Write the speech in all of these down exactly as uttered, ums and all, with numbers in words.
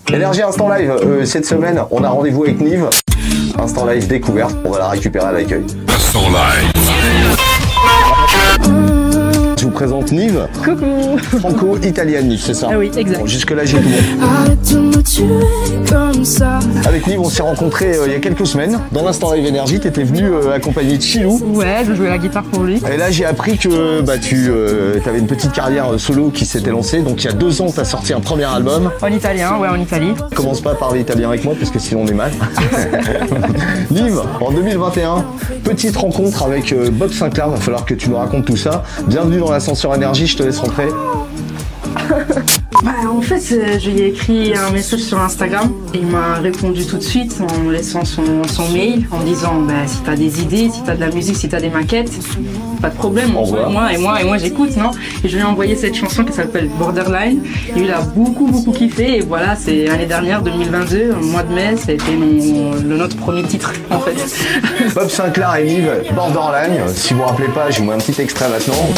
Énergie Instant Live, euh, cette semaine, on a rendez-vous avec Nive. Instant Live découverte, on va la récupérer à l'accueil. Instant Live. Je vous présente Nive. Coucou. Franco-italienne Nive, c'est ça? Ah oui, exact. Bon, jusque là j'ai tout bon. Arrête de me tuer comme ça. Avec Nive, on s'est rencontrés euh, il y a quelques semaines. Dans l'Instant Live Énergie, tu étais venu euh, accompagné de Chilou. Ouais, je jouais la guitare pour lui. Et là j'ai appris que bah, tu euh, avais une petite carrière euh, solo qui s'était lancée. Donc il y a deux ans, tu as sorti un premier album. En italien, ouais, en Italie. Commence pas à parler italien avec moi parce que sinon on est mal. Nive, en deux mille vingt et un, petite rencontre avec euh, Bob Sinclair. Va falloir que tu nous racontes tout ça. Bienvenue dans l'Ascenseur Énergie, je te laisse rentrer. Bah, en fait, euh, je lui ai écrit un message sur Instagram et il m'a répondu tout de suite en me laissant son, son mail en me disant bah, si t'as des idées, si t'as de la musique, si t'as des maquettes, pas de problème, on voit, moi et moi et moi j'écoute, non? Et je lui ai envoyé cette chanson qui s'appelle Borderline et il a beaucoup beaucoup kiffé et voilà, c'est l'année dernière, deux mille vingt-deux, au mois de mai, c'était mon, le, notre premier titre en fait. Bob Sinclair et Nive, Borderline, si vous vous rappelez pas, j'ai mis un petit extrait maintenant.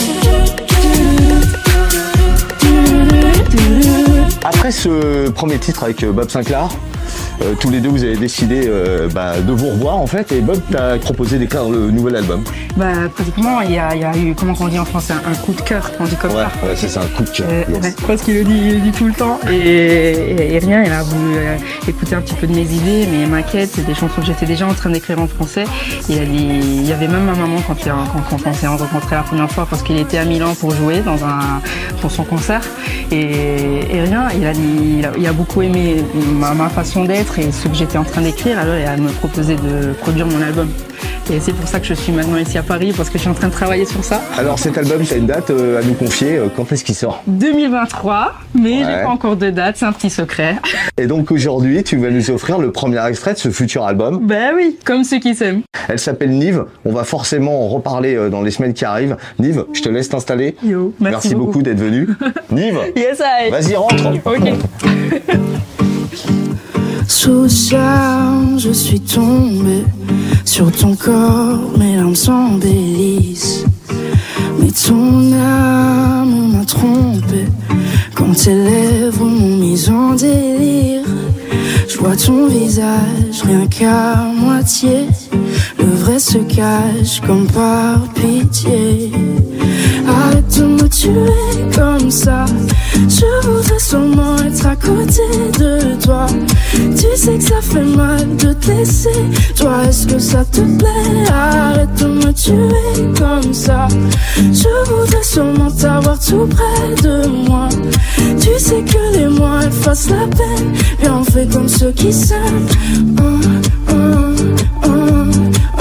Après ce premier titre avec Bob Sinclair, euh, tous les deux vous avez décidé euh, bah, de vous revoir en fait et Bob t'a proposé d'écrire le nouvel album. Bah pratiquement il y a, il y a eu, comment on dit en français, un coup de cœur, on dit comme ouais, ça. Ouais, c'est ça, un coup de cœur. Euh, yes. ouais, parce qu'il le dit, il le dit tout le temps et, et, et rien, il a voulu euh, écouter un petit peu de mes idées, mes maquettes, des chansons que j'étais déjà en train d'écrire en français. Il a dit, il y avait même ma maman quand, il a, quand, quand on s'est rencontrés la première fois parce qu'il était à Milan pour jouer dans un, pour son concert et, et rien, il a dit, il a, il a beaucoup aimé ma, ma façon d'être et ce que j'étais en train d'écrire, alors il a me proposé de produire mon album. Et c'est pour ça que je suis maintenant ici à Paris, parce que je suis en train de travailler sur ça. Alors cet album, tu as une date euh, à nous confier, euh, quand est-ce qu'il sort? deux mille vingt-trois, mais ouais. J'ai pas encore de date, c'est un petit secret. Et donc aujourd'hui, tu vas nous offrir le premier extrait de ce futur album. Ben oui, comme ceux qui s'aiment. Elle s'appelle Nive, on va forcément en reparler euh, dans les semaines qui arrivent. Nive, je te laisse t'installer. Yo, merci, merci beaucoup, beaucoup d'être venue. Nive, yes, I... vas-y rentre. Ok. Sous charme, je suis tombée sur ton corps, mes larmes s'embellissent. Mais ton âme m'a trompé quand tes lèvres m'ont mise en délire. Je vois ton visage rien qu'à moitié, le vrai se cache comme par pitié. Arrête de me tuer comme ça, je voudrais seulement être à côté de toi. Tu sais que ça fait mal de te laisser, toi est-ce que ça te plaît? Arrête de me tuer comme ça, je voudrais seulement t'avoir tout près de moi. Tu sais que les mois effacent la peine, viens on fait comme ceux qui s'aiment. Oh, oh, oh, oh.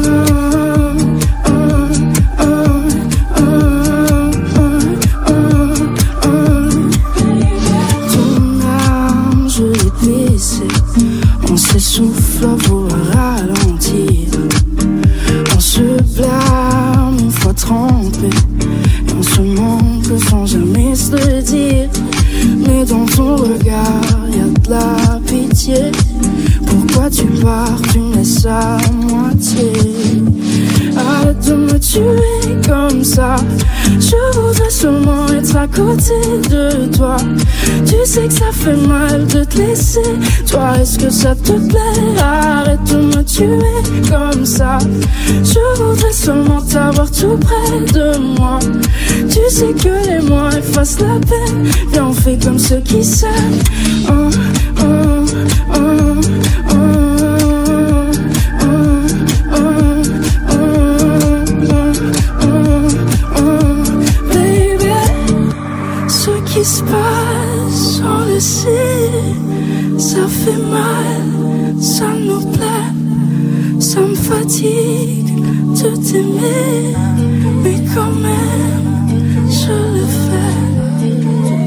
On s'essouffle à vouloir ralentir, on se blâme une fois trempé, et on se manque sans jamais se le dire. Mais dans ton regard y'a de la pitié, pourquoi tu pars, tu me laisses à moitié. Arrête de me tuer comme ça, je voudrais seulement être à côté de toi. Tu sais que ça fait mal de te laisser, toi est-ce que ça te plaît? Arrête de me tuer comme ça, je voudrais seulement t'avoir tout près de moi. Tu sais que les mois effacent la peine, viens on fait comme ceux qui s'aiment. Oh, oh, oh, oh. Qui se passe, on le sait, ça fait mal, ça nous plaît, ça me fatigue de t'aimer, mais quand même, je le fais.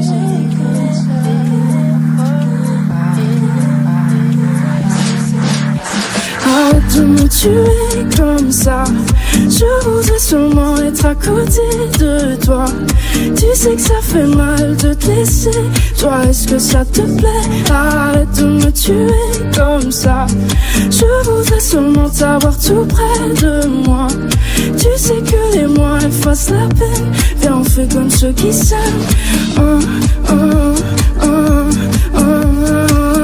Arrête de me tuer comme ça, je voudrais seulement être à côté de toi. Tu sais que ça fait mal de te laisser, toi est-ce que ça te plaît? Arrête de me tuer comme ça, je voudrais seulement t'avoir tout près de moi. Tu sais que les mois effacent la peine, viens on fait comme ceux qui s'aiment. Oh, oh, oh, oh, oh.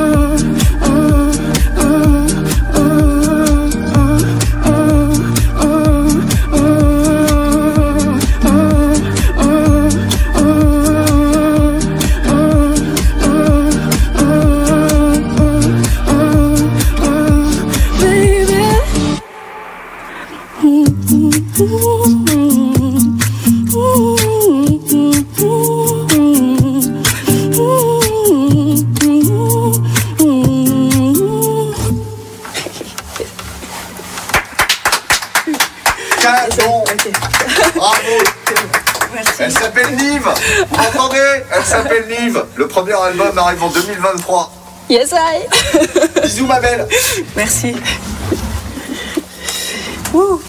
Elle s'appelle Nive. Vous entendez? Elle s'appelle Nive. Le premier album arrive en deux mille vingt-trois. Yes, I. Bisous ma belle. Merci. Wouh.